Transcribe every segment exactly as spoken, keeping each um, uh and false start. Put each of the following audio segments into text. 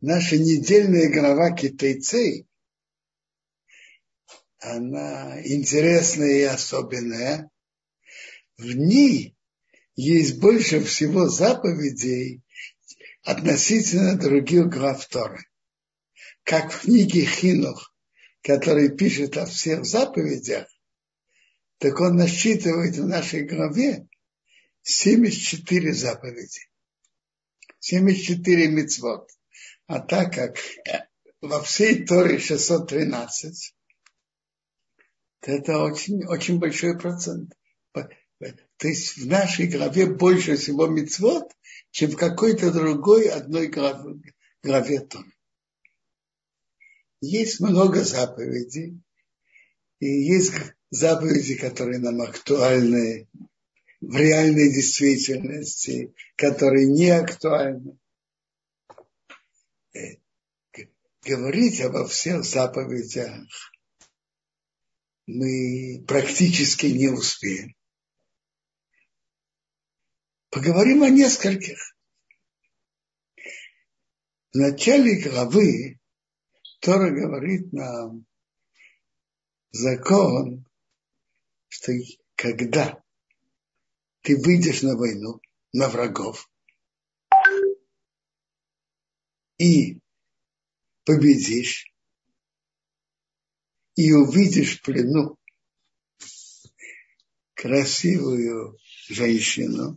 наша недельная глава китайцы, она интересная и особенная. В ней есть больше всего заповедей относительно других глав Торы. Как в книге Хинух, который пишет о всех заповедях, так он насчитывает в нашей главе семьдесят четыре заповеди, семьдесят четыре мицвот. А так как во всей Торе шестьсот тринадцать, то это очень, очень большой процент. То есть в нашей главе больше всего мицвот, чем в какой-то другой одной главе, главе Торы. Есть много заповедей, и есть заповеди, которые нам актуальны в реальной действительности, которые не актуальны. Говорить обо всех заповедях мы практически не успеем. Поговорим о нескольких. В начале главы Тора говорит нам закон, что когда ты выйдешь на войну, на врагов, и победишь, и увидишь в плену красивую женщину,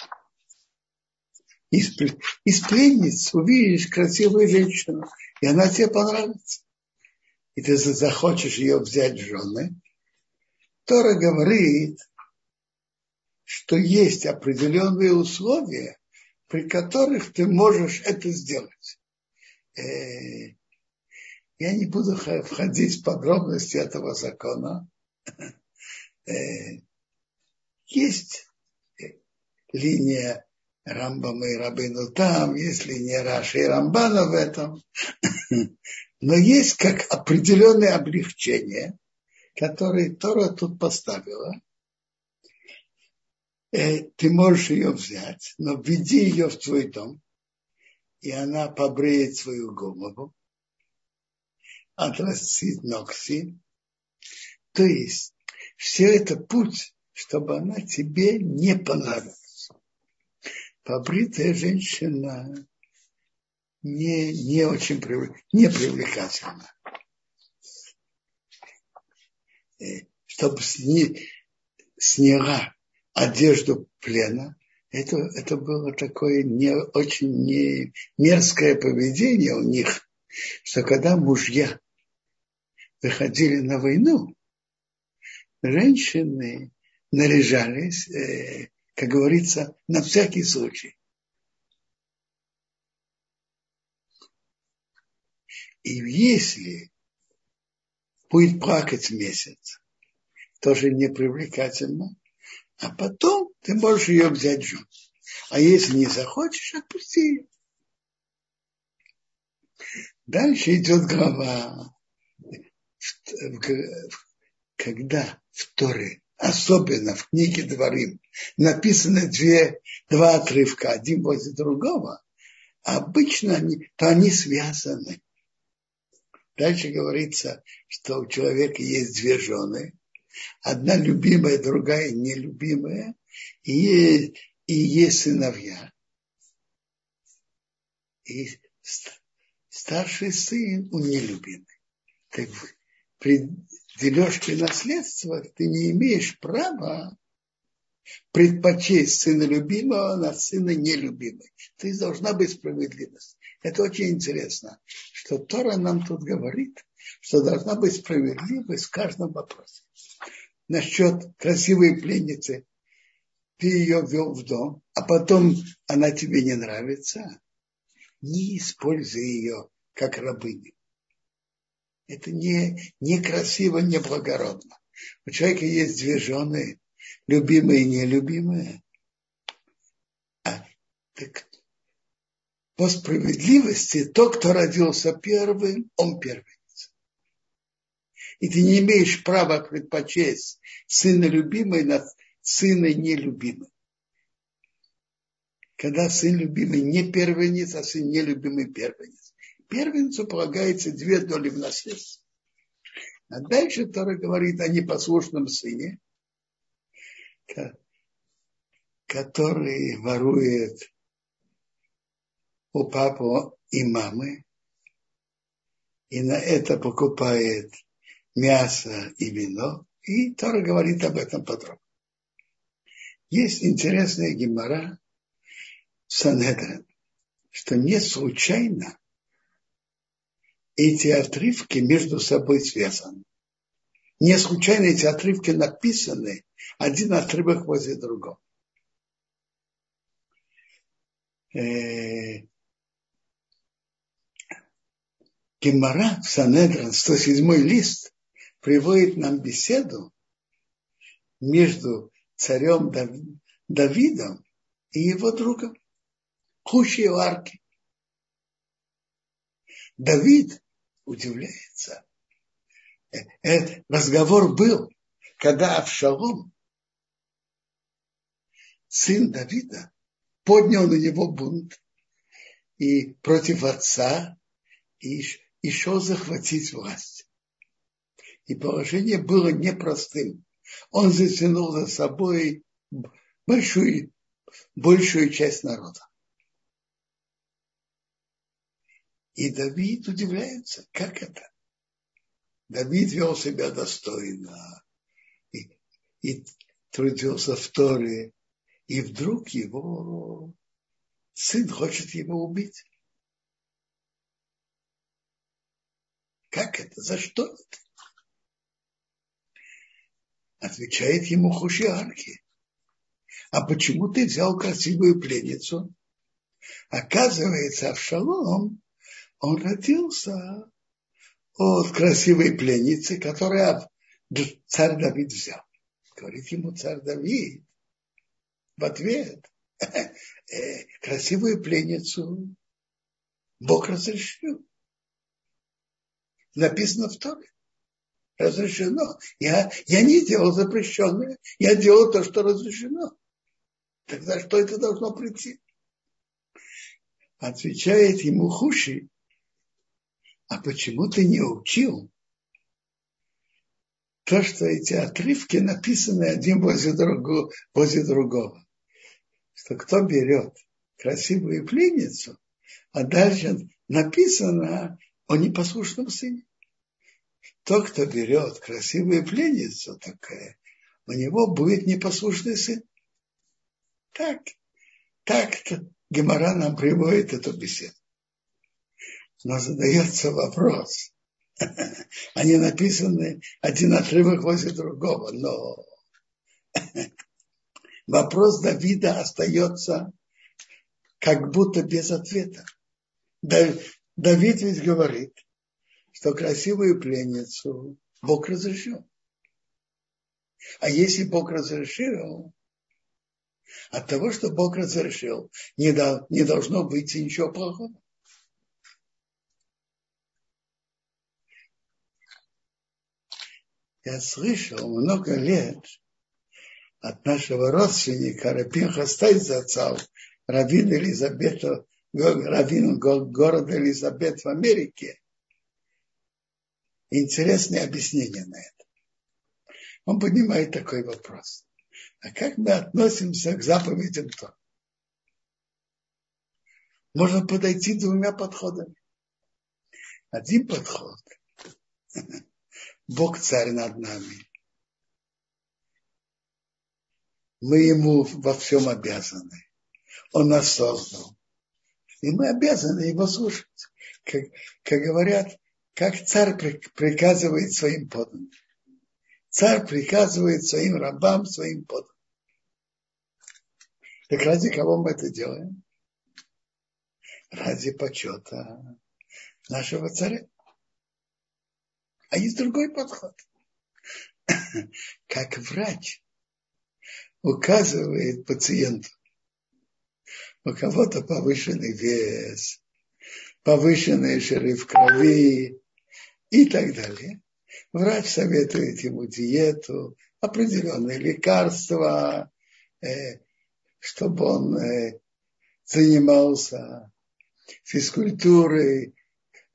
из, из пленниц увидишь красивую женщину, и она тебе понравится. И ты захочешь ее взять в жены. Тора говорит, что есть определенные условия, при которых ты можешь это сделать. Я не буду входить в подробности этого закона. Есть линия Рамбама и Рабейну там, есть линия Раши и Рамбана в этом. Но есть как определенные облегчения, которые Тора тут поставила. Ты можешь ее взять, но введи ее в твой дом, и она побреет свою голову, отрастит ногти. То есть все это путь, чтобы она тебе не понравилась. Побритая женщина не, не очень не привлекательна. Чтобы сни, сняла одежду плена, это, это было такое не, очень не, мерзкое поведение у них, что когда мужья выходили на войну, женщины наряжались, э, как говорится, на всякий случай. И если будет плакать месяц, тоже непривлекательно, а потом ты можешь ее взять в жены. А если не захочешь, отпусти ее. Дальше идет глава, когда в Торе, особенно в книге Дворим, написаны две, два отрывка, один возле другого, а обычно они, то они связаны. Дальше говорится, что у человека есть две жены, одна любимая, другая нелюбимая, и, и есть сыновья. И старший сын у нелюбимый. Так при дележке наследства ты не имеешь права предпочесть сына любимого над сына нелюбимого. То есть должна быть справедливость. Это очень интересно, что Тора нам тут говорит, что должна быть справедливость в каждом вопросе. Насчет красивой пленницы, ты ее ввел в дом, а потом она тебе не нравится, не используй ее как рабыню. Это не, не красиво, не благородно. У человека есть две жены, любимые и нелюбимые. А, так, по справедливости, тот, кто родился первым, он первенец. И ты не имеешь права предпочесть сына любимый над сына нелюбимым. Когда сын любимый не первенец, а сын нелюбимый первенец. Первенцу полагается две доли в наследстве. А дальше Тора говорит о непослушном сыне, который ворует у папы и мамы, и на это покупает мясо и вино, и Тора говорит об этом подробно. Есть интересная гемара в Санхедрин, что не случайно эти отрывки между собой связаны. Не случайно эти отрывки написаны один отрывок возле другого. Гемара в Санхедрин, сто седьмой лист, приводит нам беседу между царем Давидом и его другом Хуши и Арки. Давид удивляется. Этот разговор был, когда Авшалом, сын Давида, поднял на него бунт и против отца и, и шел захватить власть. И положение было непростым. Он затянул за собой большую, большую часть народа. И Давид удивляется, как это? Давид вел себя достойно и, и трудился в Торе, и вдруг его сын хочет его убить. Как это? За что это? Отвечает ему Хуши Арки. А почему ты взял красивую пленницу? Оказывается, Авшалом, он родился от красивой пленницы, которую царь Давид взял. Говорит ему царь Давид в ответ: красивую пленницу Бог разрешил. Написано в Торе. Разрешено. Я, я не делал запрещенное, я делал то, что разрешено. Тогда что это должно прийти? Отвечает ему Хуши: а почему ты не учил то, что эти отрывки написаны один возле другого, возле другого? Что кто берет красивую пленницу, а дальше написано о непослушном сыне. Тот, кто берет красивую пленницу, такая, у него будет непослушный сын. Так, так-то Гемара нам приводит эту беседу. Но задается вопрос. Они написаны один отрывок возле другого, но вопрос Давида остается как будто без ответа. Давид ведь говорит, что красивую пленницу Бог разрешил. А если Бог разрешил, от того, что Бог разрешил, не, до, не должно быть ничего плохого. Я слышал много лет от нашего родственника Рабин Хастай Зацал, раввин Елизабета, раввин города Елизабет в Америке, интересное объяснение на это. Он поднимает такой вопрос. А как мы относимся к заповедям Торы? Можно подойти двумя подходами. Один подход. Бог царь над нами. Мы ему во всем обязаны. Он нас создал. И мы обязаны его слушать. Как, как говорят, как царь приказывает своим подданным. Царь приказывает своим рабам, своим подданным. Так ради кого мы это делаем? Ради почета нашего царя. А есть другой подход. Как врач указывает пациенту, у кого-то повышенный вес, повышенные жиры в крови и так далее. Врач советует ему диету, определенные лекарства, чтобы он занимался физкультурой,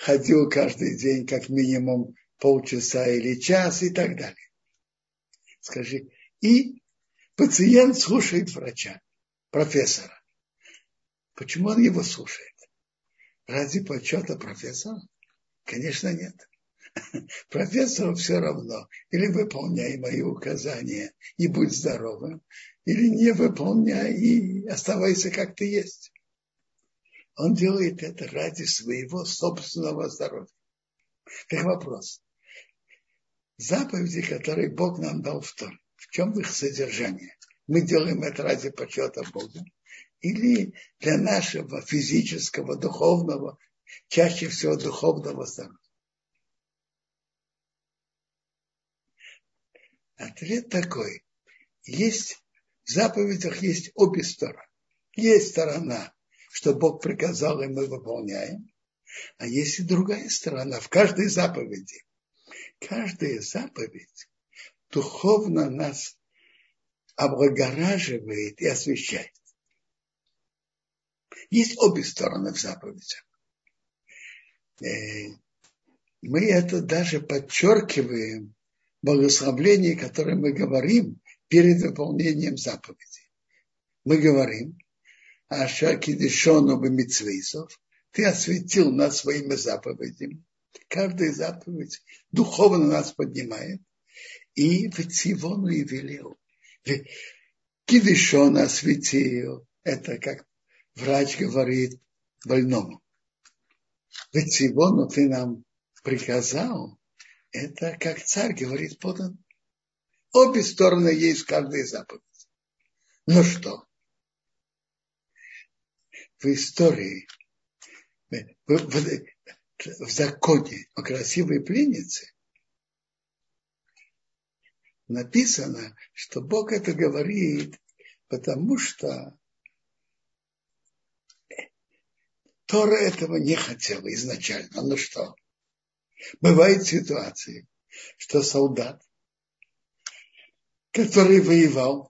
ходил каждый день как минимум полчаса или час и так далее. Скажи, и пациент слушает врача, профессора. Почему он его слушает? Ради почета профессора? Конечно, нет. Профессору все равно. Или выполняй мои указания и будь здоровым, или не выполняй и оставайся как ты есть. Он делает это ради своего собственного здоровья. Так вопрос. Заповеди, которые Бог нам дал в Торе, в чем их содержание? Мы делаем это ради почета Бога или для нашего физического, духовного, чаще всего духовного здоровья? Ответ такой. Есть в заповедях есть обе стороны. Есть сторона, что Бог приказал, и мы выполняем. А есть и другая сторона. В каждой заповеди. Каждая заповедь духовно нас облагораживает и освещает. Есть обе стороны в заповедях. Мы это даже подчеркиваем в благословении, которое мы говорим перед выполнением заповедей. Мы говорим, Аша кидишону бемицвейсов, ты осветил нас своими заповедями. Каждая заповедь духовно нас поднимает. И в Цивону и велел. Кидишон осветил. Это как врач говорит больному. В Цивону ты нам приказал. Это как царь говорит подан. Обе стороны есть в каждой заповеди. Ну что? В истории, в, в, в законе о красивой пленнице написано, что Бог это говорит, потому что Тора этого не хотела изначально. Ну что? Бывают ситуации, что солдат, который воевал,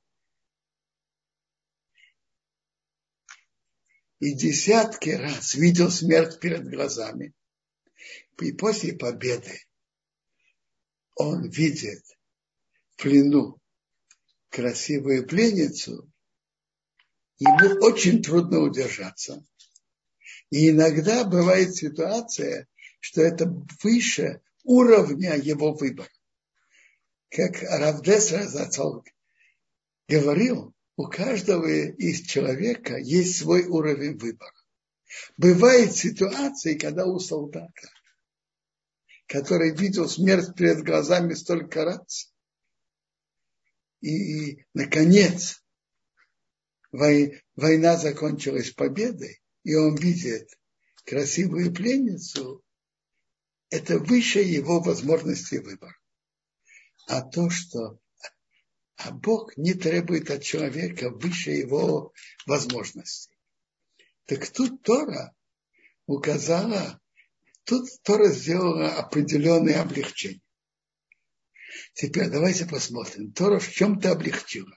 и десятки раз видел смерть перед глазами, и после победы он видит в плену красивую пленницу, ему очень трудно удержаться. И иногда бывает ситуация, что это выше уровня его выбора. Как Рав Десра Зацал говорил, у каждого из человека есть свой уровень выбора. Бывают ситуации, когда у солдата, который видел смерть перед глазами столько раз, и, наконец, война закончилась победой, и он видит красивую пленницу, это выше его возможности выбора. А то, что а Бог не требует от человека выше его возможностей. Так тут Тора указала, тут Тора сделала определенное облегчение. Теперь давайте посмотрим. Тора в чем-то облегчила.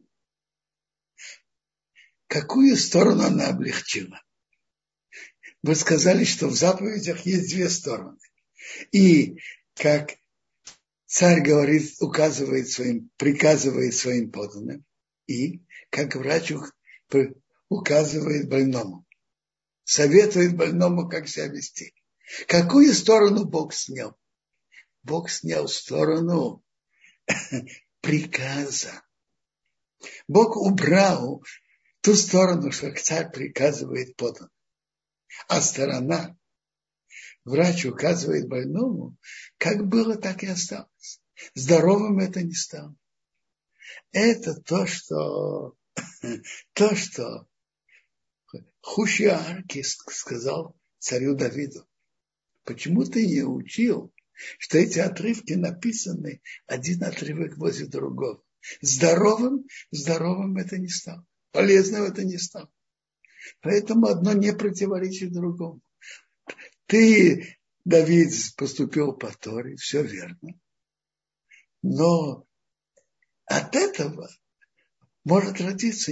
Какую сторону она облегчила? Вы сказали, что в заповедях есть две стороны. И как царь говорит, указывает своим, приказывает своим подданным, и как врач указывает больному, советует больному, как себя вести. Какую сторону Бог снял? Бог снял сторону приказа. Бог убрал ту сторону, что царь приказывает подданным. А сторона, врач указывает больному, как было, так и осталось. Здоровым это не стало. Это то, что, то, что Хушиарки сказал царю Давиду. Почему ты не учил, что эти отрывки написаны один отрывок возле другого? Здоровым, здоровым это не стало. Полезным это не стало. Поэтому одно не противоречит другому. Ты, Давид, поступил по Торе, все верно. Но от этого может родиться,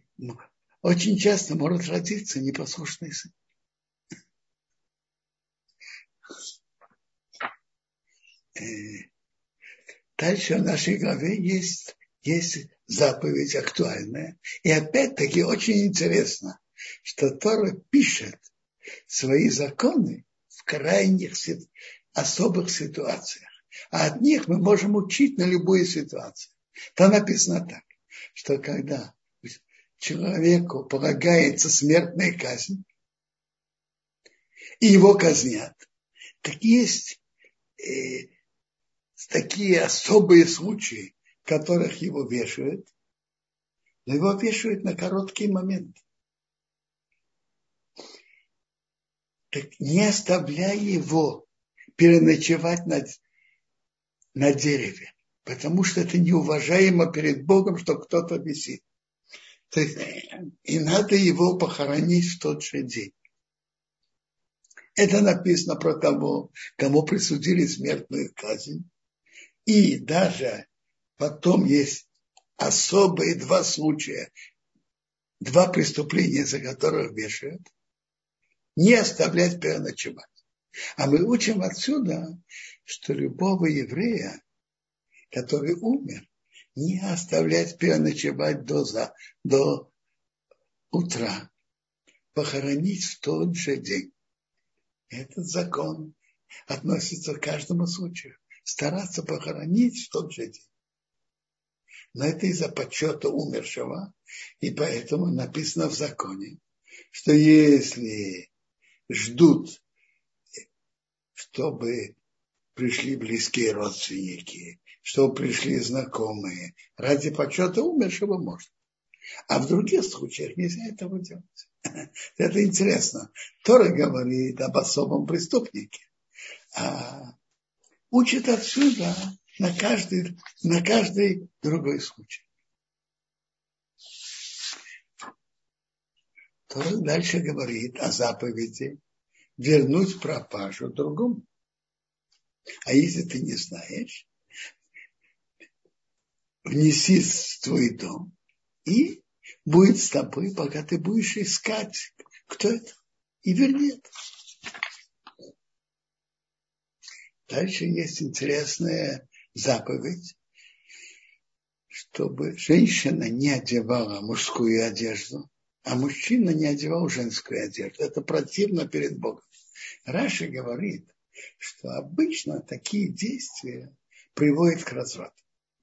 очень часто может родиться непослушный сын. Дальше в нашей главе есть, есть заповедь актуальная. И опять-таки очень интересно, что Тора пишет свои законы в крайних особых ситуациях. А от них мы можем учить на любую ситуацию. Там написано так, что когда человеку полагается смертная казнь, и его казнят, так есть э, такие особые случаи, в которых его вешают, но его вешают на короткий момент. Так не оставляя его переночевать на, на дереве, потому что это неуважаемо перед Богом, что кто-то висит. То есть, и надо его похоронить в тот же день. Это написано про того, кому присудили смертную казнь. И даже потом есть особые два случая, два преступления, за которых вешают, не оставлять переночевать. А мы учим отсюда, что любого еврея, который умер, не оставлять переночевать до, за, до утра, похоронить в тот же день. Этот закон относится к каждому случаю. Стараться похоронить в тот же день. Но это из-за почета умершего, и поэтому написано в законе, что если ждут, чтобы пришли близкие родственники, чтобы пришли знакомые, ради почета умершего можно. А в других случаях нельзя этого делать. Это интересно. Тора говорит об особом преступнике, а учит отсюда на каждый, на каждый другой случай. Тора дальше говорит о заповеди вернуть пропажу другому. А если ты не знаешь, внеси в твой дом и будет с тобой, пока ты будешь искать, кто это, и верни это. Дальше есть интересная заповедь, чтобы женщина не одевала мужскую одежду, а мужчина не одевал женскую одежду. Это противно перед Богом. Раши говорит, что обычно такие действия приводят к разврату.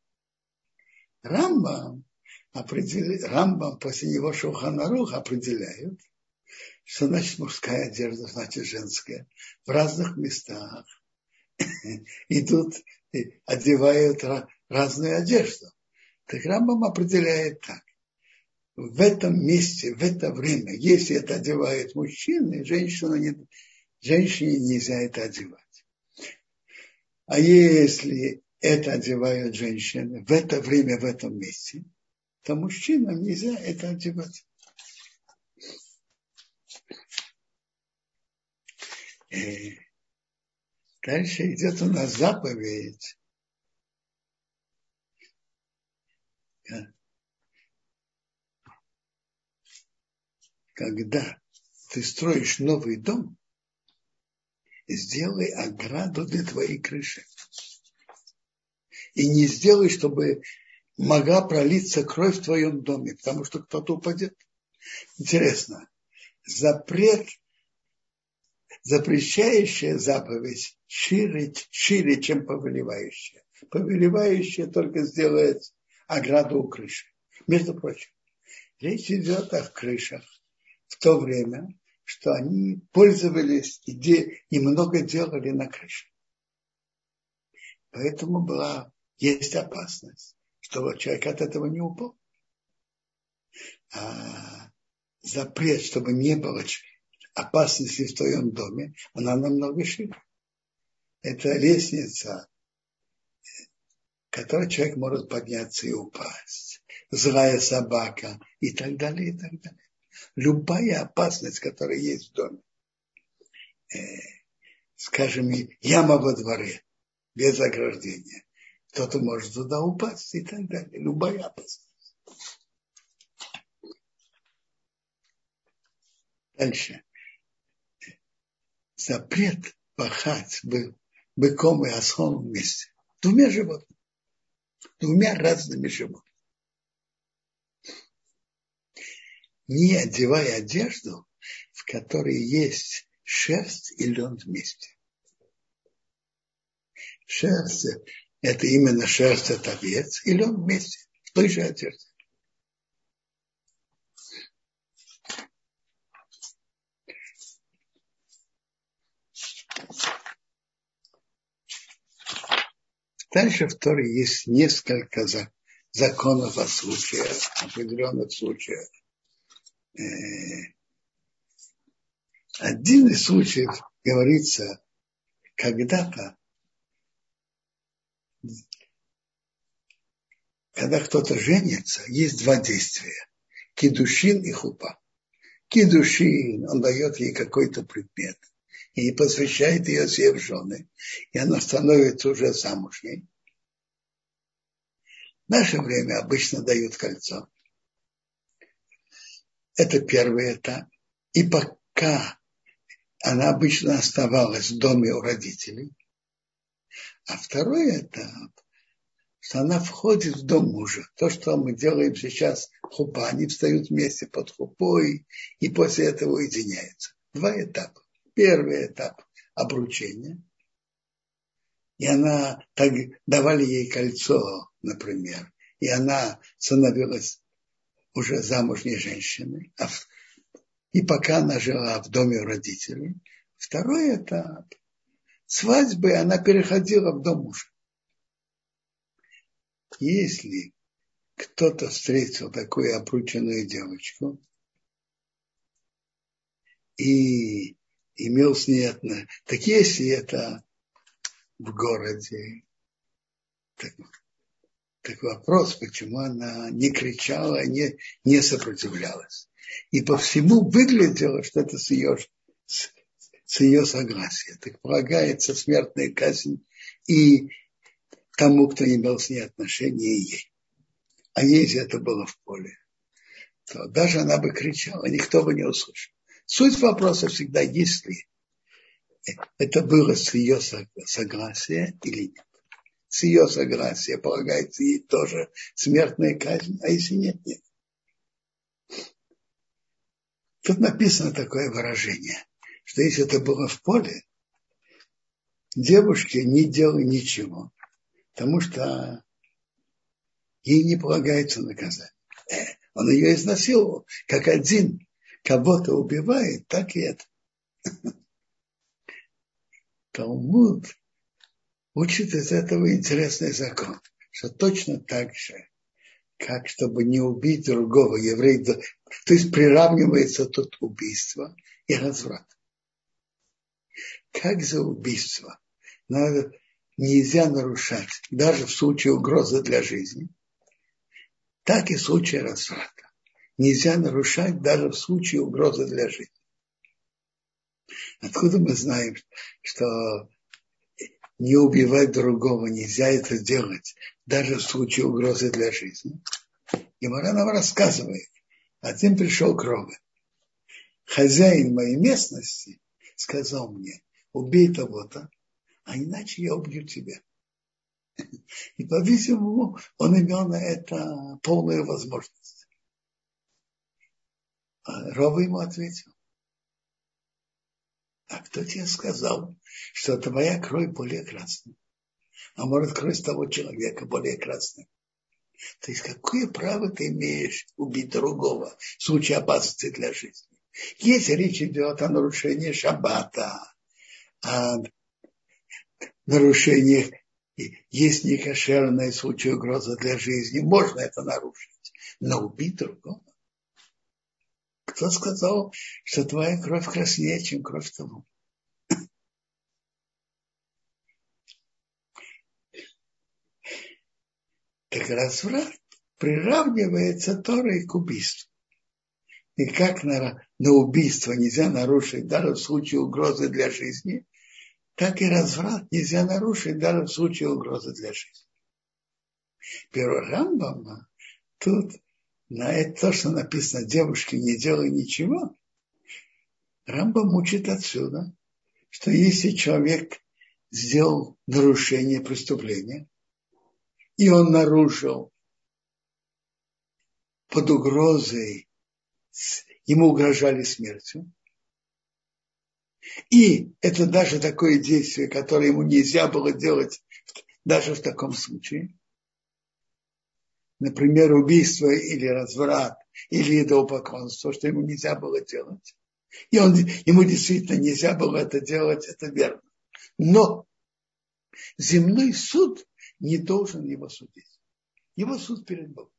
Рамбам, определ... Рамбам после него Шулхан Арух определяют, что значит мужская одежда, значит женская. В разных местах идут, одевают разную одежду. Так Рамбам определяет так. В этом месте, в это время, если это одевают мужчины, женщина не, женщине нельзя это одевать. А если это одевают женщины в это время, в этом месте, то мужчинам нельзя это одевать. И дальше идет у нас заповедь. Когда ты строишь новый дом, сделай ограду для твоей крыши. И не сделай, чтобы могла пролиться кровь в твоем доме, потому что кто-то упадет. Интересно, запрет, запрещающая заповедь шире, шире, чем повелевающая. Повелевающая только сделает ограду у крыши. Между прочим, речь идет о крышах в то время, что они пользовались и, де, и много делали на крыше. Поэтому была, есть опасность, что человек от этого не упал. А запрет, чтобы не было опасности в твоем доме, она намного шире. Это лестница, которой человек может подняться и упасть. Злая собака и так далее, и так далее. Любая опасность, которая есть в доме. Э, скажем, яма во дворе, без ограждения. Кто-то может туда упасть и так далее. Любая опасность. Дальше. Запрет пахать быком и ослом вместе. Двумя животными. Двумя разными животными. Не одевая одежду, в которой есть шерсть и лен вместе. Шерсть – это именно шерсть от овец, и лен вместе, в той же одежде. Дальше в Торе есть несколько законов о случаях, определенных случаях. Один из случаев говорится, когда-то, когда кто-то женится, есть два действия. Кидушин и хупа. Кидушин, он дает ей какой-то предмет и посвящает ее себе в жены, и она становится уже замужней. В наше время обычно дают кольцо. Это первый этап. И пока она обычно оставалась в доме у родителей. А второй этап, что она входит в дом мужа. То, что мы делаем сейчас, хупа, они встают вместе под хупой и после этого уединяются. Два этапа. Первый этап – обручение. И она, так давали ей кольцо, например, и она становилась уже замужней женщиной. А в, и пока она жила в доме у родителей. Второй этап – свадьбы, она переходила в дом мужа. Если кто-то встретил такую обрученную девочку и имел с ней отношения, так если это в городе, так, так вопрос, почему она не кричала, не, не сопротивлялась. И по всему выглядело, что это с ее, с, с ее согласия. Так полагается смертная казнь и тому, кто имел с ней отношения, и ей. А если это было в поле, то даже она бы кричала, никто бы не услышал. Суть вопроса всегда, если это было с ее согласия или нет. С ее согласия полагается ей тоже смертная казнь, а если нет, нет. Тут написано такое выражение, что если это было в поле, девушке не делай ничего, потому что ей не полагается наказание. Э, он ее изнасиловал, как один кого-то убивает, так и это. Талмуд учит из этого интересный закон, что точно так же, как чтобы не убить другого еврея, то есть приравнивается тут убийство и разврат. Как за убийство надо, нельзя нарушать, даже в случае угрозы для жизни, так и в случае разврата. Нельзя нарушать даже в случае угрозы для жизни. Откуда мы знаем, что не убивать другого нельзя это делать даже в случае угрозы для жизни? Гемара нам рассказывает. Один пришел к Рове. Хозяин моей местности сказал мне, убей того-то, а иначе я убью тебя. И, по-видимому, он имел на это полную возможность. А Рова ему ответил. А кто тебе сказал, что твоя кровь более красная? А может, кровь того человека более красная? То есть, какое право ты имеешь убить другого в случае опасности для жизни? Если речь идет о нарушении шаббата, о нарушениях, есть некошерное в случае угрозы для жизни, можно это нарушить, но убить другого? Кто сказал, что твоя кровь краснее, чем кровь того? Так разврат приравнивается Торой к убийству. И как на, на убийство нельзя нарушить даже в случае угрозы для жизни, так и разврат нельзя нарушить даже в случае угрозы для жизни. Первый Рамбам тут на это то, что написано девушке не делай ничего, Рамбам учит отсюда, что если человек сделал нарушение преступления, и он нарушил под угрозой, ему угрожали смертью. И это даже такое действие, которое ему нельзя было делать даже в таком случае. Например, убийство или разврат, или идолопоклонство, что ему нельзя было делать. И он, ему действительно нельзя было это делать, это верно. Но земной суд не должен его судить. Его суд перед Богом.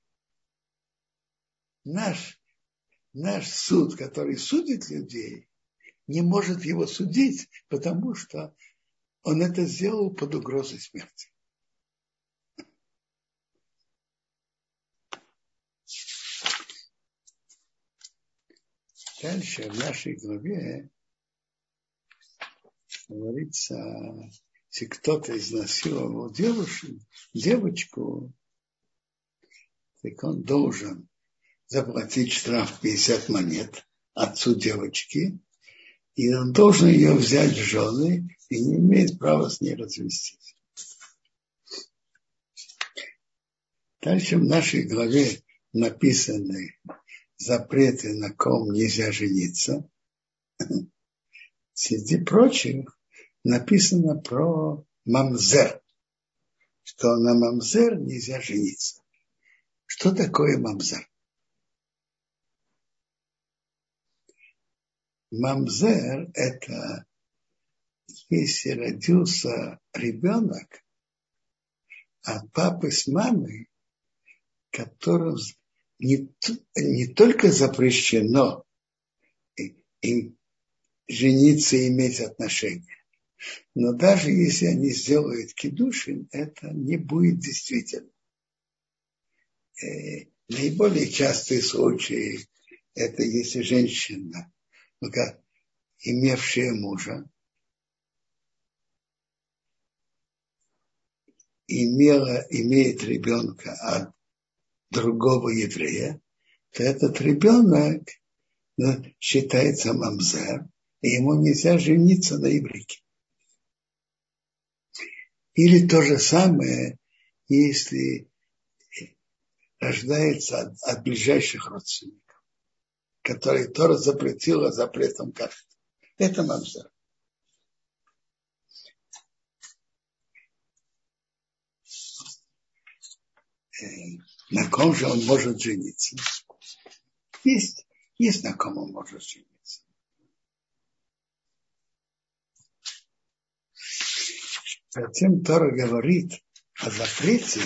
Наш, наш суд, который судит людей, не может его судить, потому что он это сделал под угрозой смерти. Дальше в нашей главе говорится, если кто-то изнасиловал девушку, девочку, так он должен заплатить штраф пятьдесят монет отцу девочки, и он должен ее взять в жены и не имеет права с ней развестись. Дальше в нашей главе написаны запреты, на ком нельзя жениться. Среди прочих написано про мамзер, что на мамзер нельзя жениться. Что такое мамзер? Мамзер – это если родился ребенок от папы с мамой, которым не, не только запрещено им жениться и иметь отношения, но даже если они сделают кидушин, это не будет действительно. И наиболее частые случаи – это если женщина, имевшая мужа, имела, имеет ребенка от другого еврея, то этот ребенок считается мамзер, и ему нельзя жениться на еврейке. Или то же самое, если рождается от, от ближайших родственников, которые Тора запретила запретом кафедры. Это мамзер. На ком же он может жениться? Есть, есть на ком он может жениться. Затем Тора говорит о запрете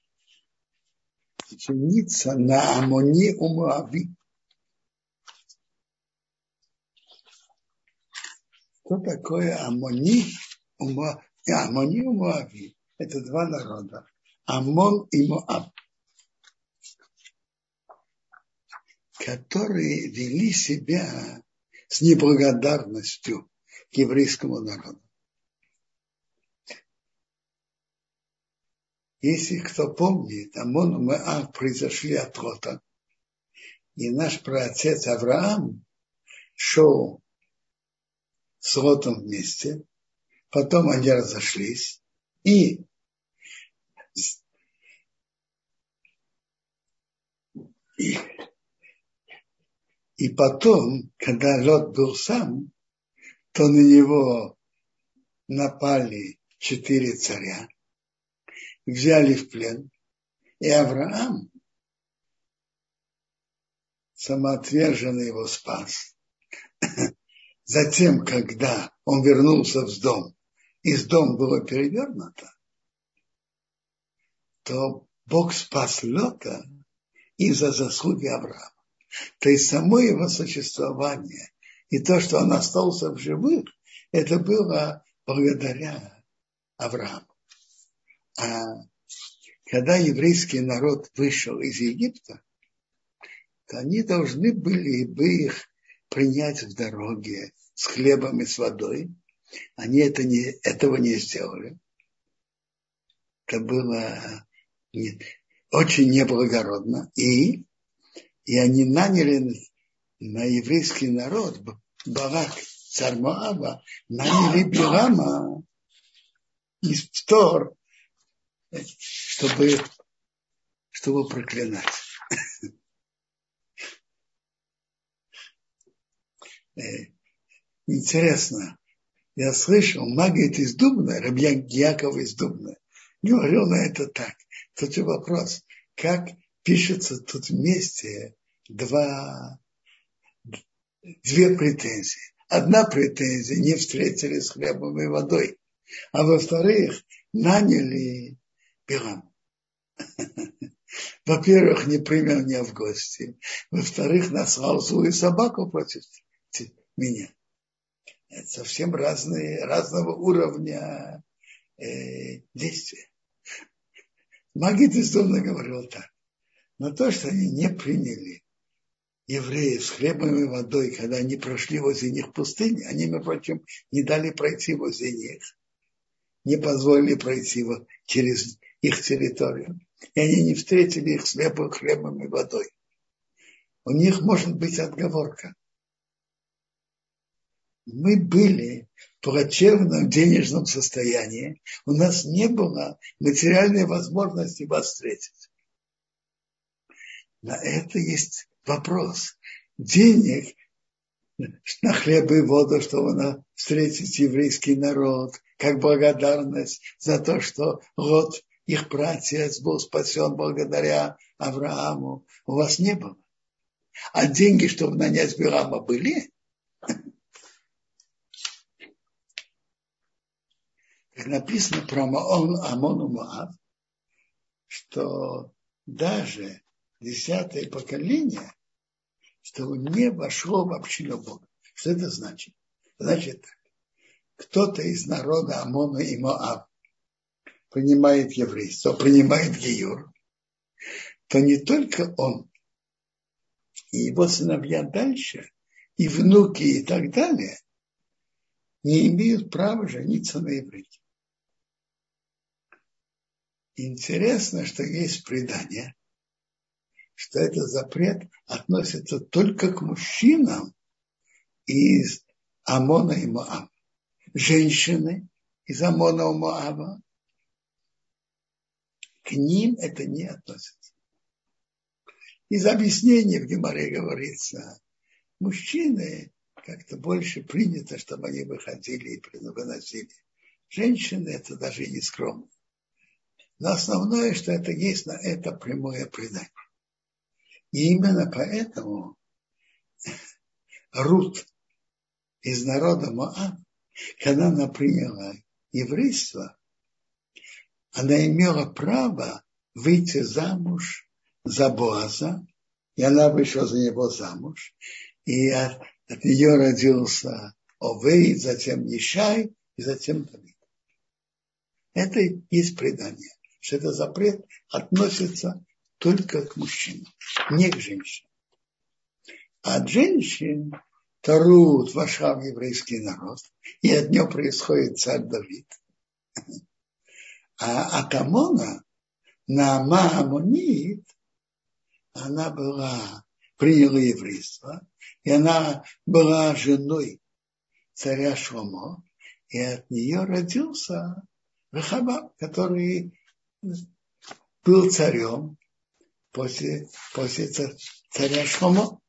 жениться на Амони у Моави. Что такое Амони у Моави? Амони у Моави – это два народа. Амон и Моаб, которые вели себя с неблагодарностью к еврейскому народу. Если кто помнит, Амон и Моаб произошли от Лота, и наш праотец Авраам шел с Лотом вместе, потом они разошлись, и И, и потом, когда Лот был сам, то на него напали четыре царя, взяли в плен, и Авраам самоотверженно его спас. Затем, когда он вернулся в дом, из дома было перевернуто, то Бог спас Лота из-за заслуги Авраама. То есть само его существование и то, что он остался в живых, это было благодаря Аврааму. А когда еврейский народ вышел из Египта, то они должны были бы их принять в дороге с хлебом и с водой. Они это не, этого не сделали. Это было не, очень неблагородно. И, и они наняли на еврейский народ, Балак, царь Моаба, наняли Билама, из Тор, чтобы, чтобы проклинать. Интересно, я слышал, Магит из Дубна, Рабьян Яков из Дубна, говорил на это так. Тут и вопрос, как пишется тут вместе два, две претензии. Одна претензия, не встретились с хлебом и водой, а во-вторых, наняли Билам. Во-первых, не принял меня в гости. Во-вторых, наслал злую собаку против меня. Это совсем разные, разного уровня э, действия. Магит из Дубна говорил так. Но то, что они не приняли евреев с хлебом и водой, когда они прошли возле них в пустыне, они, между прочим, не дали пройти возле них, не позволили пройти через их территорию. И они не встретили их с хлебом и водой. У них может быть отговорка. Мы были в плачевном денежном состоянии, у нас не было материальной возможности вас встретить. На это есть вопрос. Денег на хлеб и воду, чтобы встретить еврейский народ, как благодарность за то, что Лот, их братец, был спасен благодаря Аврааму, у вас не было. А деньги, чтобы нанять Билама, были? Как написано про Амон и Моав, что даже десятое поколение, что не вошло в общину Бога. Что это значит? Значит так. Кто-то из народа Амона и Моав принимает еврейство, принимает гиюр, то не только он, и его сыновья дальше, и внуки и так далее, не имеют права жениться на еврейке. Интересно, что есть предание, что этот запрет относится только к мужчинам из Амона и Моава. Женщины из Амона и Моава, к ним это не относится. Из объяснений в Гемаре говорится, мужчины как-то больше принято, чтобы они выходили и приносили. Женщины это даже и не скромно. Но основное, что это есть на это прямое предание. И именно поэтому Рут из народа Моав, когда она приняла еврейство, она имела право выйти замуж за Боаза, и она вышла за него замуж, и от, от нее родился Овей, затем Ишай, и затем Давид. Это и есть предание, что этот запрет относится только к мужчинам, не к женщинам. А от женщин Рут вошла в еврейский народ, и от нее происходит царь Давид. А от Амона Наама Амонит, она была, приняла еврейство, и она была женой царя Шломо, и от нее родился Рехабам, который был царем после, после царя Шломо.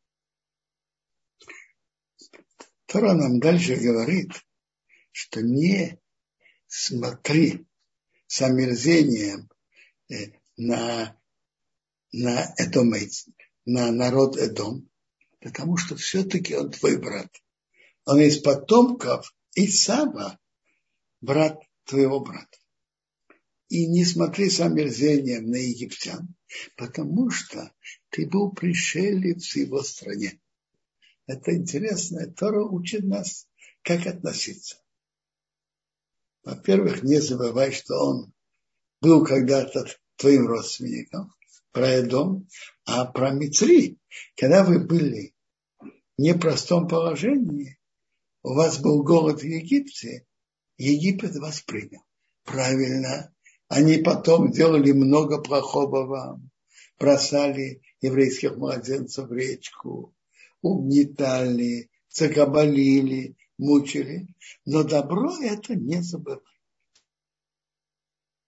Тора нам дальше говорит, что не смотри с омерзением на, на, Эдомейц, на народ Эдом, потому что все-таки он твой брат. Он из потомков Исава, брат твоего брата. И не смотри с омерзением на египтян, потому что ты был пришелец в его стране. Это интересно. Тора учит нас, как относиться. Во-первых, не забывай, что он был когда-то твоим родственником, про Эдом, а про Мицри, когда вы были в непростом положении, у вас был голод в Египте, Египет вас принял. Правильно. Они потом делали много плохого вам, бросали еврейских младенцев в речку, угнетали, закабалили, мучили. Но добро это не забывай.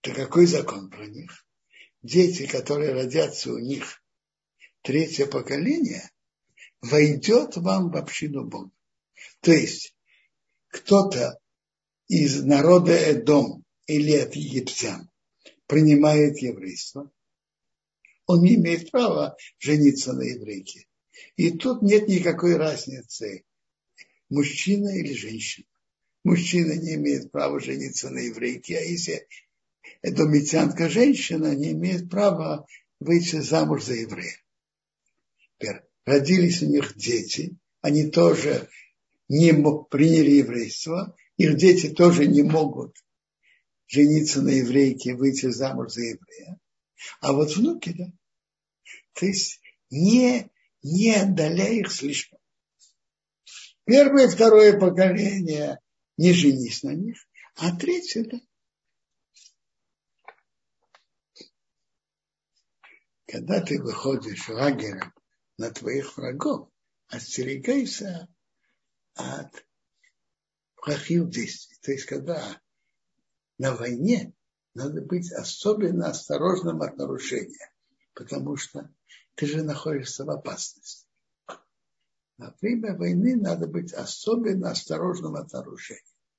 то какой закон про них? Дети, которые родятся у них третье поколение, войдет вам в общину Бога. То есть кто-то из народа Эдом или от египтян принимает еврейство, он не имеет права жениться на еврейке. И тут нет никакой разницы, мужчина или женщина. Мужчина не имеет права жениться на еврейке, а если эдомитянка женщина, не имеет права выйти замуж за еврея. Теперь родились у них дети, они тоже не приняли еврейство, их дети тоже не могут жениться на еврейке и выйти замуж за еврея. А вот внуки, да. То есть не, не отдаляй их слишком. Первое и второе поколение не женись на них, а третье, да. Когда ты выходишь лагерем на твоих врагов, остерегайся от плохих действий. То есть, когда на войне надо быть особенно осторожным от нарушения, потому что ты же находишься в опасности. Во время войны надо быть особенно осторожным от нарушения.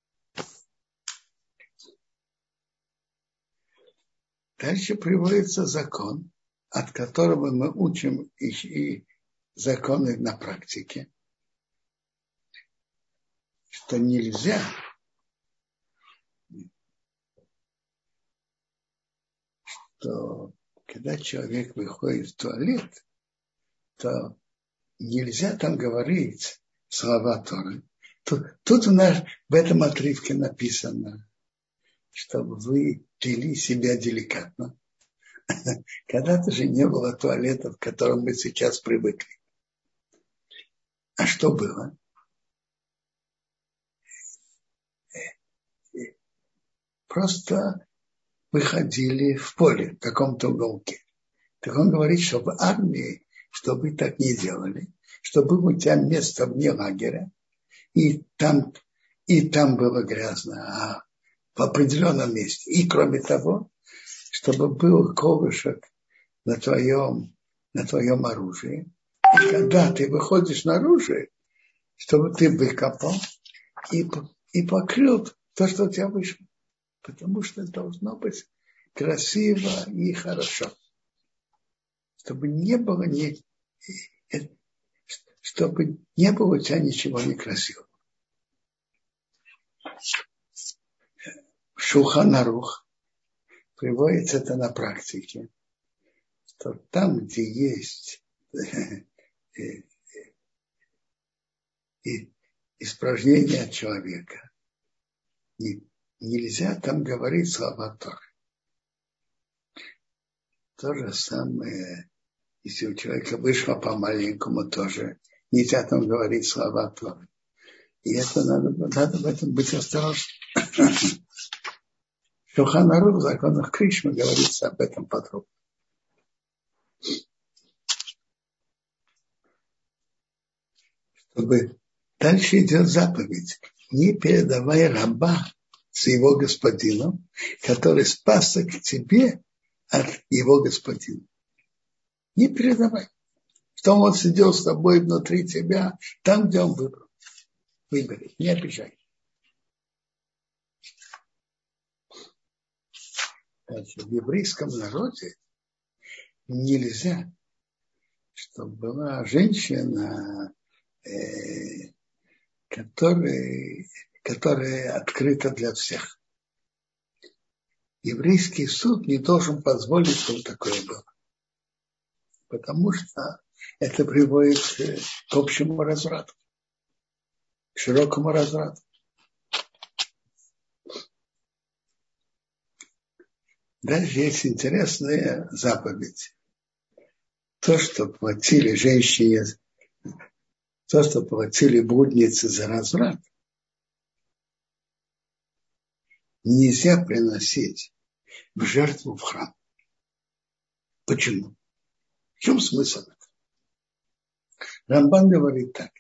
Дальше приводится закон, от которого мы учим их и законы на практике, что нельзя что когда человек выходит в туалет, то нельзя там говорить слова Торы. Тут, тут у нас в этом отрывке написано, чтобы вы вели себя деликатно. Когда-то же не было туалета, к которому мы сейчас привыкли. А что было? Просто выходили в поле, в каком-то уголке. Так он говорит, что в армии, чтобы так не делали, чтобы у тебя место вне лагеря, и там, и там было грязно, а в определенном месте. И кроме того, чтобы был ковышек на твоем, на твоем оружии. И когда ты выходишь наружу, чтобы ты выкопал и, и покрыл то, что у тебя вышло. Потому что должно быть красиво и хорошо. Чтобы не было ни, чтобы не было у тебя ничего некрасивого. Шулхан Арух приводится это на практике, что там, где есть испражнение человека, нельзя там говорить слова Торы. То же самое, если у человека вышло по-маленькому, тоже нельзя там говорить слова Торы. И это надо, надо в этом быть осторожным. Шулхан Арух в законах Кришмы говорится об этом подробно. Чтобы дальше идет заповедь. Не передавай раба своего господину, который спасся к тебе от его господина. Не передавай. Что он сидел с тобой внутри тебя, там, где он выбрал. Выбери, не обижай. Значит, в еврейском народе нельзя, чтобы была женщина, э, которая, которая открыта для всех. Еврейский суд не должен позволить, чтобы такое было. Потому что это приводит к общему разврату, к широкому разврату. Дальше есть интересная заповедь. То, что платили женщине, то, что платили блудницы за разврат, нельзя приносить в жертву в храм. Почему? В чем смысл этого? Рамбан говорит так.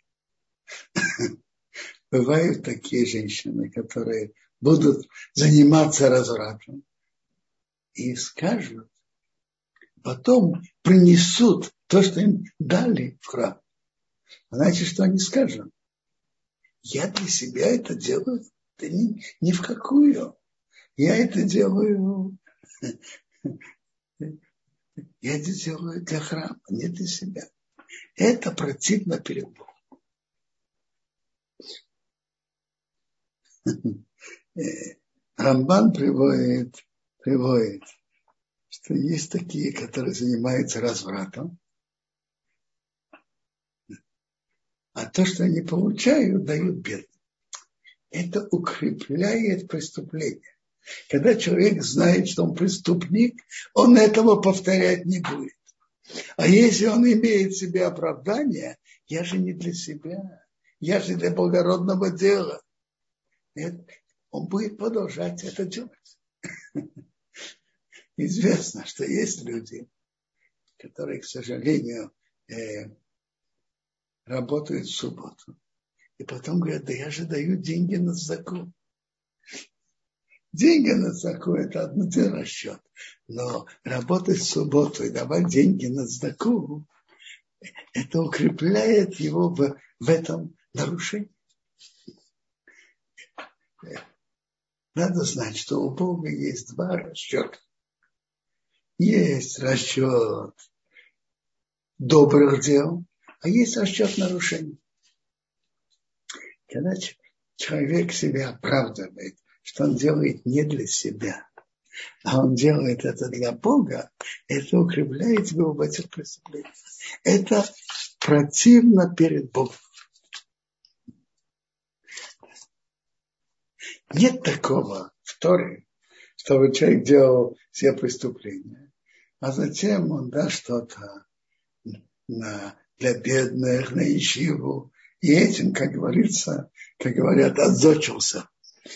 Бывают такие женщины, которые будут заниматься развратом, и скажут, потом принесут то, что им дали в храм. Значит, что они скажут? Я для себя это делаю, да ни, ни в какую. Я это делаю, я это делаю для храма, не для себя. Это противно перед Богом. Рамбан приводит, приводит, что есть такие, которые занимаются развратом, а то, что они получают, дают бедным. Это укрепляет преступление. Когда человек знает, что он преступник, он этого повторять не будет. А если он имеет в себе оправдание, я же не для себя, я же для благородного дела. Нет, он будет продолжать это делать. Известно, что есть люди, которые, к сожалению, э, работают в субботу. И потом говорят, да я же даю деньги на цдаку. Деньги на цдаку – это один расчет. Но работать в субботу и давать деньги на цдаку, это укрепляет его в, в этом нарушении. Надо знать, что у Бога есть два расчета. Есть расчет добрых дел, а есть расчет нарушений. Когда человек себя оправдывает, что он делает не для себя, а он делает это для Бога, это укрепляет его в этих преступлениях. Это противно перед Богом. Нет такого в Торе, чтобы человек делал все преступления, а затем он даст что-то на, для бедных, на ищиву, и этим, как говорится, как говорят, отзочился,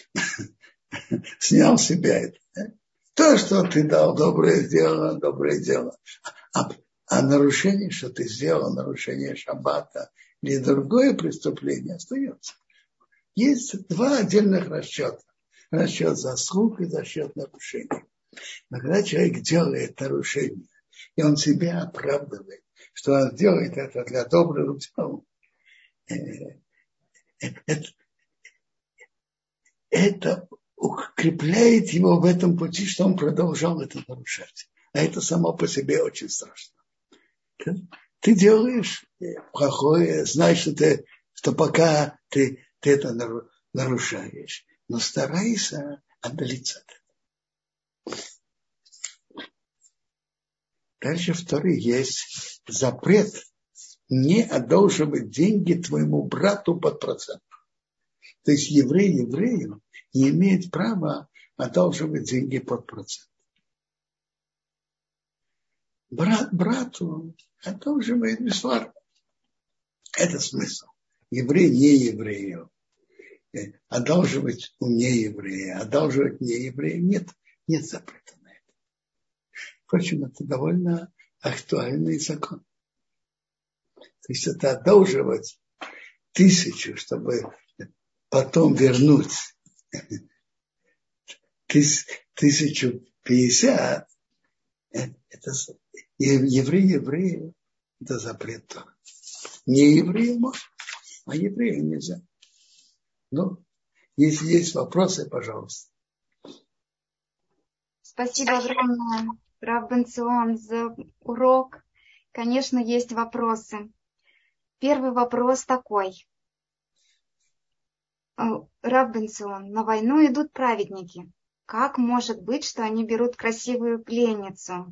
снял себя это. То, что ты дал, доброе дело, доброе дело. А, а нарушение, что ты сделал, нарушение шаббата или другое преступление остается. Есть два отдельных расчета. Расчет заслуг и расчет нарушений. Но когда человек делает нарушение, и он себя оправдывает, что он делает это для добрых дел, это, это укрепляет его в этом пути, что он продолжал это нарушать. А это само по себе очень страшно. Ты делаешь плохое, знаешь, что, ты, что пока ты, ты это нарушаешь, но старайся отдалиться от этого. Дальше второй есть запрет не одалживать деньги твоему брату под процент. То есть еврей еврею не имеет права одалживать деньги под процент. Брат брату одалживает бесплатно. Это смысл. Еврей не еврею. Одалживать у нееврея, одалживать нееврею нет, нет запрета на это. Впрочем, это довольно актуальный закон. То есть это одалживать тысячу, чтобы потом вернуть тысячу пятьдесят, это еврей еврею, это запрет. Не еврею можно, а еврею нельзя. Ну, если есть вопросы, пожалуйста. Спасибо огромное, Рав Бен-Цион, за урок. Конечно, есть вопросы. Первый вопрос такой. Рав Бен-Цион, на войну идут праведники. Как может быть, что они берут красивую пленницу?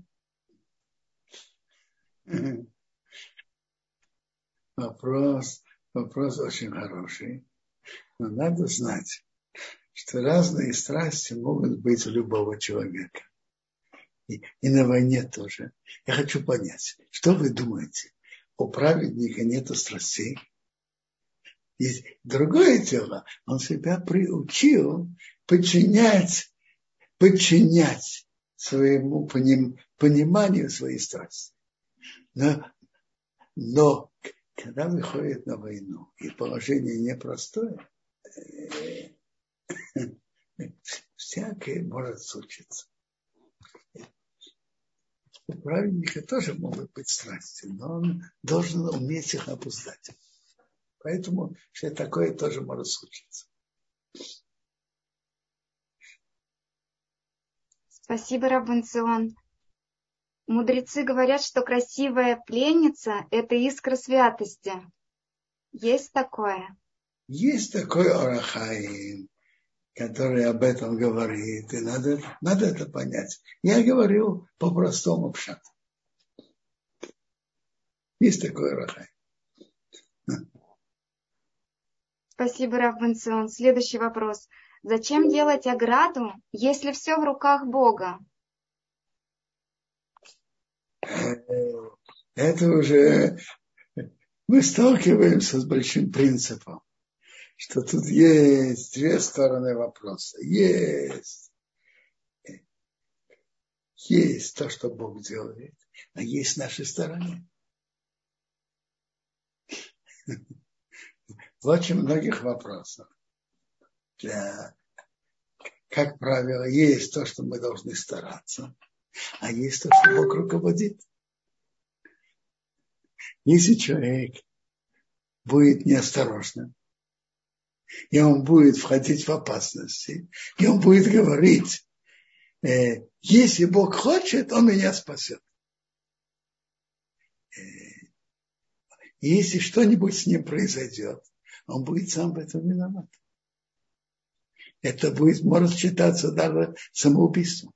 Вопрос, вопрос очень хороший. Но надо знать, что разные страсти могут быть у любого человека. И, и на войне тоже. Я хочу понять, что вы думаете? У праведника нету страстей? Есть другое дело. Он себя приучил подчинять, подчинять своему поним, пониманию своей страсти. Но, но когда выходит на войну, и положение непростое, всякое может случиться. У праведника тоже могут быть страсти, но он должен уметь их опускать. Поэтому что такое тоже может случиться. Спасибо, рав бен-Цион. Мудрецы говорят, что красивая пленница – это искра святости. Есть такое? Есть такой Ор ха-Хаим, который об этом говорит, и надо, надо это понять. Я говорю по-простому пшату. Есть такой Ор ха-Хаим. Спасибо, рав бен-Цион. Следующий вопрос. Зачем делать ограду, если все в руках Бога? Это уже мы сталкиваемся с большим принципом, что тут есть две стороны вопроса. Есть, есть то, что Бог делает, а есть наши стороны. В очень многих вопросах, для, как правило, есть то, что мы должны стараться, а есть то, что Бог руководит. Если человек будет неосторожным, и он будет входить в опасности, и он будет говорить, э, если Бог хочет, он меня спасет. Э, и если что-нибудь с ним произойдет, он будет сам в этом виноват. Это будет, может считаться даже самоубийством.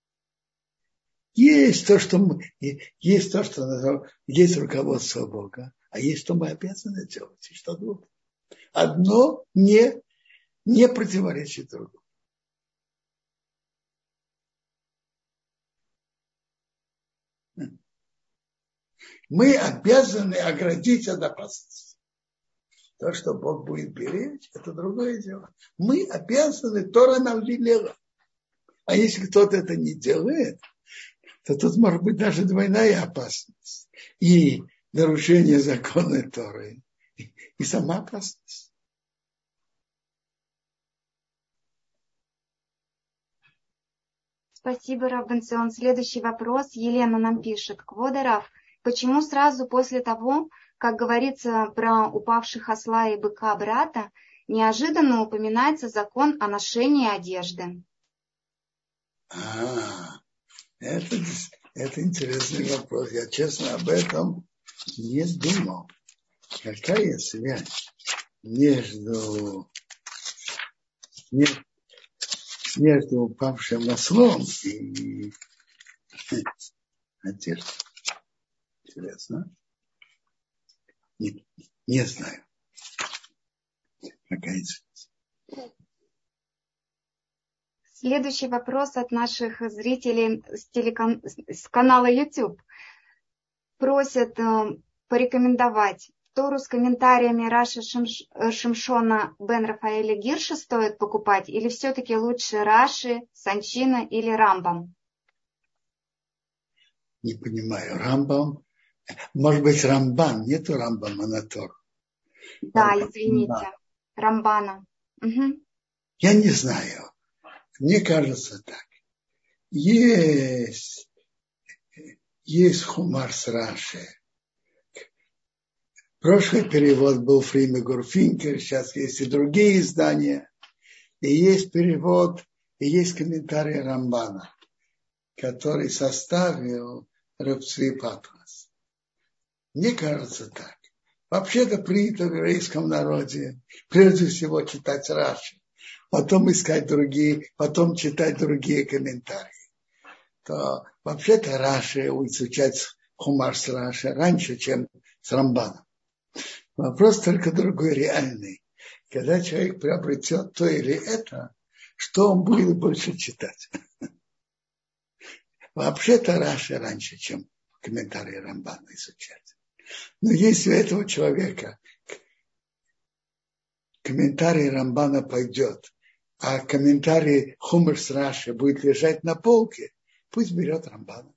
Есть то, что мы, есть то, что есть руководство Бога, а есть, что мы обязаны делать, и что другое. Одно не, не противоречит другому. Мы обязаны оградить от опасности. То, что Бог будет беречь, это другое дело. Мы обязаны, Тора нам велела. А если кто-то это не делает, то тут может быть даже двойная опасность. И нарушение закона Торы, и сама опасность. Спасибо, рав бен-Цион. Следующий вопрос. Елена нам пишет. Квода рав, почему сразу после того, как говорится про упавших осла и быка брата, неожиданно упоминается закон о ношении одежды? А, это, это интересный вопрос. Я, честно, об этом не думал. Какая связь между, между упавшим ослом и одеждой? Интересно. Не, не знаю. Какая связь? Следующий вопрос от наших зрителей с, телекан... с канала YouTube. Просят э, порекомендовать Тору с комментариями Раши Шимш... Шимшона бен Рафаэля Гирша стоит покупать, или все-таки лучше Раши, Санчина или Рамбам? Не понимаю. Рамбам. Может быть, Рамбан. Нету Рамбама на Тору. Да, Рамбан. Извините. Рамбана. Угу. Я не знаю. Мне кажется так. Есть, есть Хумар с Раши. Прошлый перевод был Фриме Гурфинкель, сейчас есть и другие издания. И есть перевод, и есть комментарий Рамбана, который составил Рав Цви Патрас. Мне кажется так. Вообще-то принято в еврейском народе прежде всего читать Раши, потом искать другие, потом читать другие комментарии. То вообще-то Раши изучать Хумар с Раши раньше, чем с Рамбаном. Вопрос только другой, реальный. Когда человек приобретет то или это, что он будет больше читать? Вообще-то Раши раньше, чем комментарии Рамбана изучать. Но если у этого человека комментарий Рамбана пойдет, а комментарий Хумар с Раши будет лежать на полке, пусть берет Рамбана.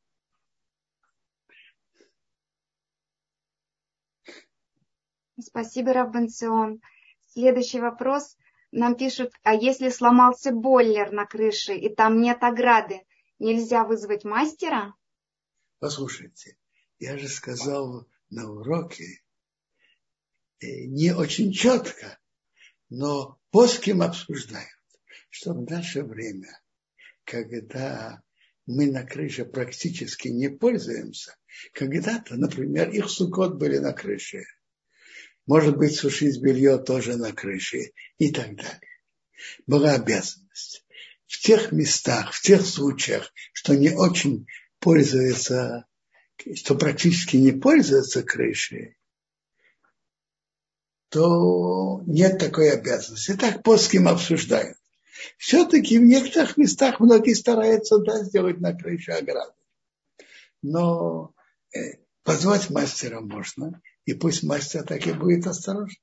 Спасибо, рав бен-Цион. Следующий вопрос. Нам пишут, а если сломался бойлер на крыше и там нет ограды, нельзя вызвать мастера? Послушайте, я же сказал на уроке, не очень четко, но поским обсуждают, что в наше время, когда мы на крыше практически не пользуемся, когда-то, например, их сукот были на крыше, может быть, сушить белье тоже на крыше и так далее. Была обязанность. В тех местах, в тех случаях, что не очень пользуется, что практически не пользуется крышей, то нет такой обязанности. Так по с кем обсуждают. Все-таки в некоторых местах многие стараются, да, сделать на крыше ограду. Но э, позвать мастера можно, и пусть мастер так и будет осторожен.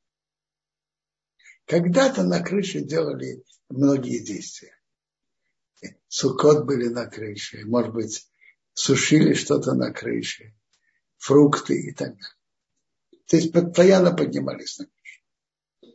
Когда-то на крыше делали многие действия. Сукот были на крыше, может быть, сушили что-то на крыше, фрукты и так далее. То есть постоянно поднимались на крышу.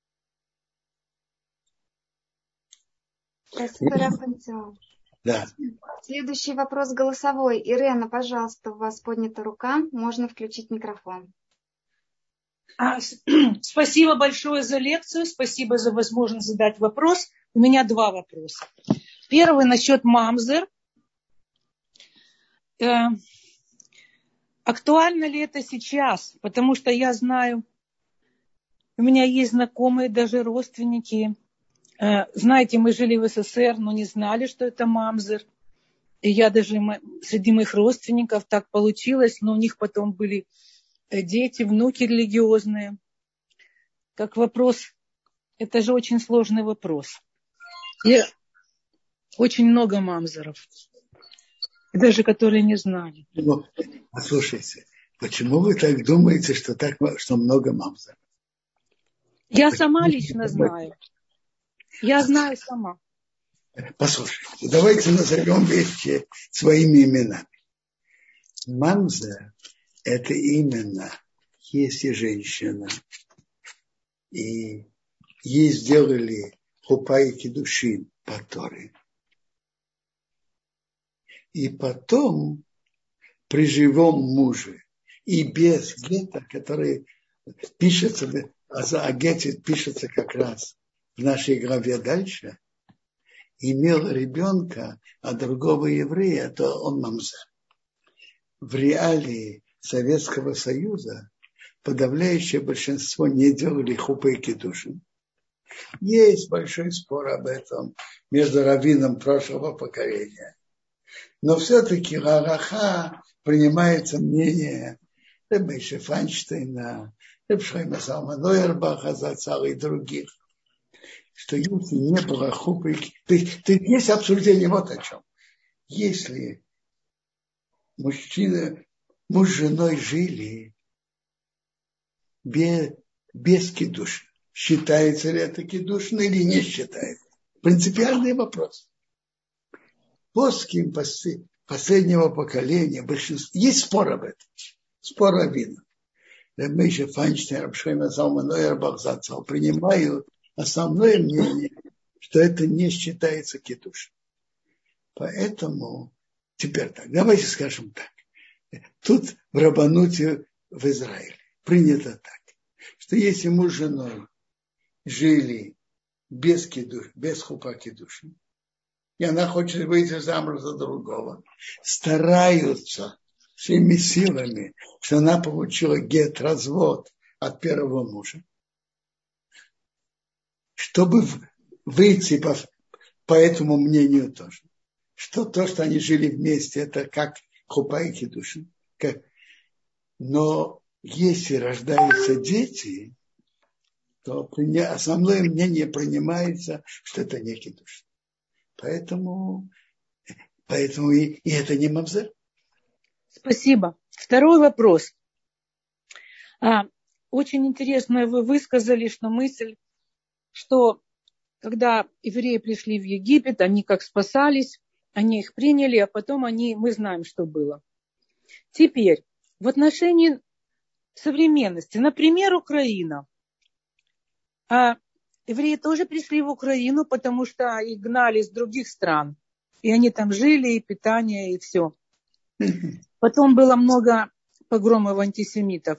Спасибо, Рав Пантио. Да. Следующий вопрос голосовой. Ирена, пожалуйста, у вас поднята рука. Можно включить микрофон. А, спасибо большое за лекцию. Спасибо за возможность задать вопрос. У меня два вопроса. Первый насчет мамзер. Э, актуально ли это сейчас? Потому что я знаю, у меня есть знакомые, даже родственники. Э, знаете, мы жили в СССР, но не знали, что это мамзер. И я даже среди моих родственников так получилось, но у них потом были дети, внуки религиозные. Как вопрос, это же очень сложный вопрос. И очень много мамзеров, даже которые не знали. Ну, послушайте, почему вы так думаете, что, так, что много мамзеров? Я почему сама лично знаю. Я знаю сама. Послушайте, давайте назовем вещи своими именами. Мамзер – это именно, если женщина, и ей сделали хупа и кидушин по Торе. И потом при живом муже и без гета, который пишется, а гете пишется как раз в нашей главе дальше, имел ребенка, а другого еврея, то он мамзер. В реалии Советского Союза подавляющее большинство не делали хупа и кидушин. Есть большой спор об этом между раввином прошлого поколения. Но все-таки галаха принимается мнение Ребе Файнштейна, Ребе Шломо Залман Ойербаха Зацал и других, что если не было хупы, то есть, то есть обсуждение вот о чем. Если мужчина, муж с женой жили без, без кидуша, считается ли это кидушин или не считается? Принципиальный вопрос. Поским последнего поколения большинство, есть спор об этом, спор раввинов. Ребе Файнштейн, Ребе Шломо Залман Ойербах Зацал принимают основное мнение, что это не считается кидушем. Поэтому теперь так, давайте скажем так. Тут в рабануте в Израиле принято так, что если муж с женой жили без кидуш, без хупа кидуши, и она хочет выйти замуж за другого, стараются всеми силами, что она получила гет, развод от первого мужа, чтобы выйти по, по этому мнению тоже. Что то, что они жили вместе, это как хупа и кидушин. Но если рождаются дети, то основное мнение принимается, что это не кидушин. Поэтому, поэтому и, и это не мамзер. Спасибо. Второй вопрос. А, очень интересно вы высказали, что мысль, что когда евреи пришли в Египет, они как спасались, они их приняли, а потом они, мы знаем, что было. Теперь, в отношении современности, например, Украина. А евреи тоже пришли в Украину, потому что их гнали из других стран. И они там жили, и питание, и все. Потом было много погромов антисемитов.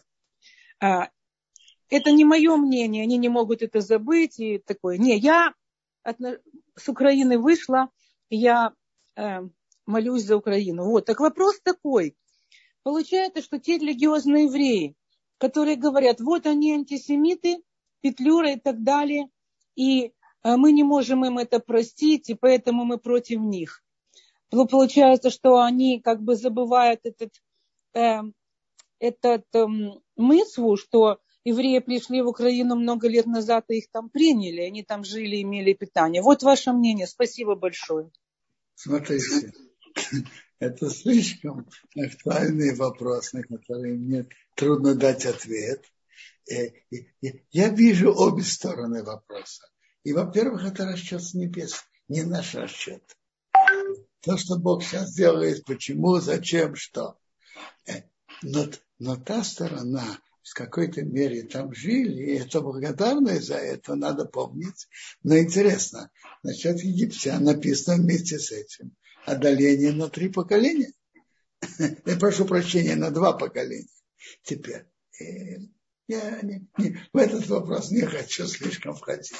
Это не мое мнение, они не могут это забыть. И такое. Не, я с Украины вышла, я молюсь за Украину. Вот. Так вопрос такой. Получается, что те религиозные евреи, которые говорят, вот они антисемиты, Петлюра и так далее, и мы не можем им это простить, и поэтому мы против них. Получается, что они как бы забывают этот, э, этот э, мыцву, что евреи пришли в Украину много лет назад, и их там приняли, они там жили, имели питание. Вот ваше мнение. Спасибо большое. Смотрите, это слишком актуальный вопрос, на который мне трудно дать ответ. Я вижу обе стороны вопроса. И, во-первых, это расчет с небес, не наш расчет. То, что Бог сейчас делает, почему, зачем, что. Но, но та сторона, в какой-то мере там жили, и это благодарность за это, надо помнить. Но интересно, насчет египтян написано вместе с этим одоление на три поколения. Я прошу прощения, на два поколения. Теперь я не, не, в этот вопрос не хочу слишком входить.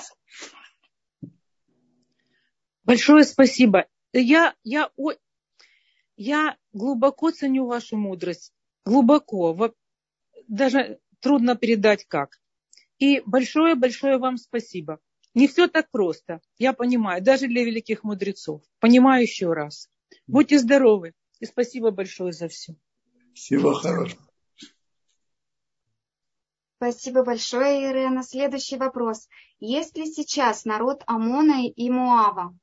Большое спасибо. Я, я, я глубоко ценю вашу мудрость. Глубоко. Даже трудно передать как. И большое-большое вам спасибо. Не все так просто. Я понимаю. Даже для великих мудрецов. Понимаю еще раз. Будьте здоровы. И спасибо большое за все. Всего хорошего. Спасибо большое, Ирена. Следующий вопрос. Есть ли сейчас народ Амона и Моава?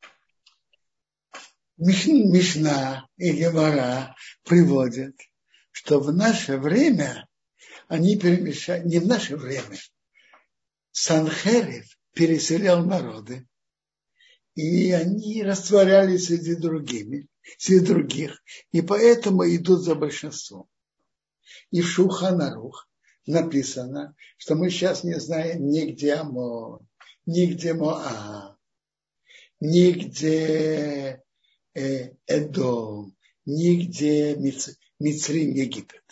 Мишна и Гемара приводят, что в наше время они перемешали, не в наше время, Санхерев переселял народы, и они растворялись среди другими, среди других, и поэтому идут за большинством. И в Шулхан Арух написано, что мы сейчас не знаем нигде Амон, нигде Моав, нигде э, Эдом, нигде Мицрим, Египет.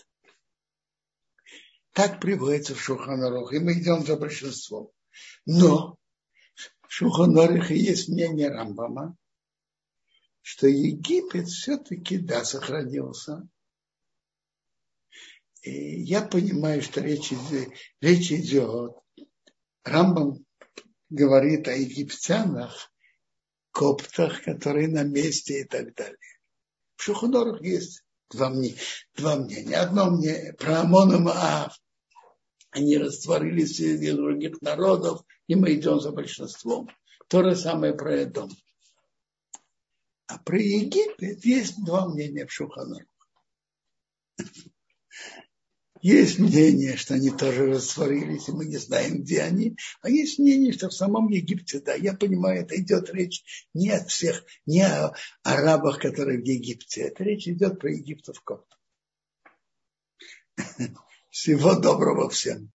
Так приводится в Шулхан Арух, и мы идем за большинством. Но в Шулхан Арухе есть мнение Рамбама, что Египет все-таки, да, сохранился. И я понимаю, что речь идет, речь идет, Рамбам говорит о египтянах, коптах, которые на месте и так далее. В Шулхан Арух есть два мнения. Два мнения. Одно мнение про Амон и Моав. Они растворились среди других народов, и мы идем за большинством. То же самое про Эдом. А про Египет есть два мнения в Шулхан Арух. Есть мнение, что они тоже растворились, и мы не знаем, где они. А есть мнение, что в самом Египте, да, я понимаю, это идет речь не от всех, не о арабах, которые в Египте. Это речь идет про египтов коптов. Всего доброго всем.